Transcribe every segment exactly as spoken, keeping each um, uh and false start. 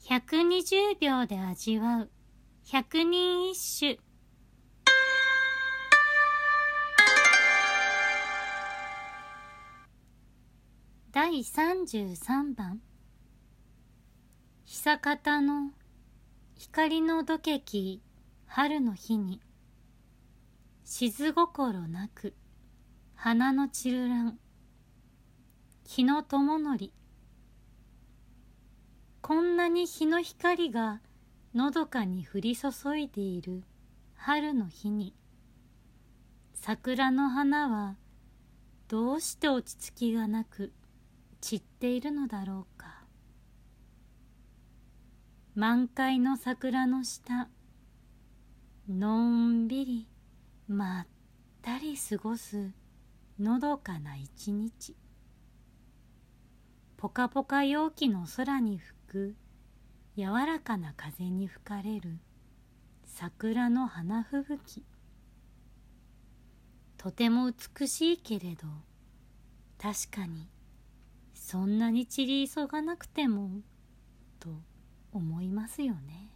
ひゃくにじゅうびょうで味わう百人一首。だいさんじゅうさんばん。久方の光のどけき春の日に、静心なく花の散るらん日の灯のり。こんなに日の光がのどかに降り注いでいる春の日に、桜の花はどうして落ち着きがなく散っているのだろうか。満開の桜の下、のんびりまったり過ごすのどかな一日。ぽかぽか陽気の空に吹く柔らかな風に吹かれる桜の花吹雪。とても美しいけれど、確かにそんなに散り急がなくてもと思いますよね。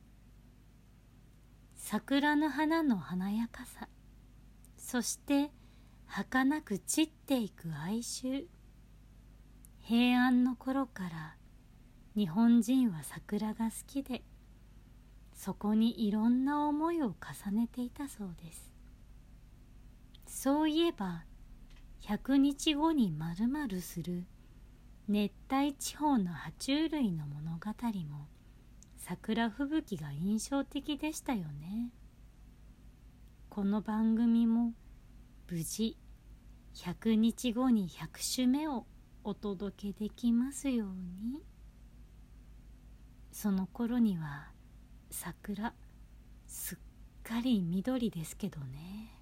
桜の花の華やかさ、そして儚く散っていく哀愁。平安の頃から日本人は桜が好きで、そこにいろんな思いを重ねていたそうです。そういえばひゃくにちごにまるまるする熱帯地方の爬虫類の物語も桜吹雪が印象的でしたよね。この番組も無事ひゃくにちごにひゃくしゅめをお届けできますように。その頃には桜すっかり緑ですけどね。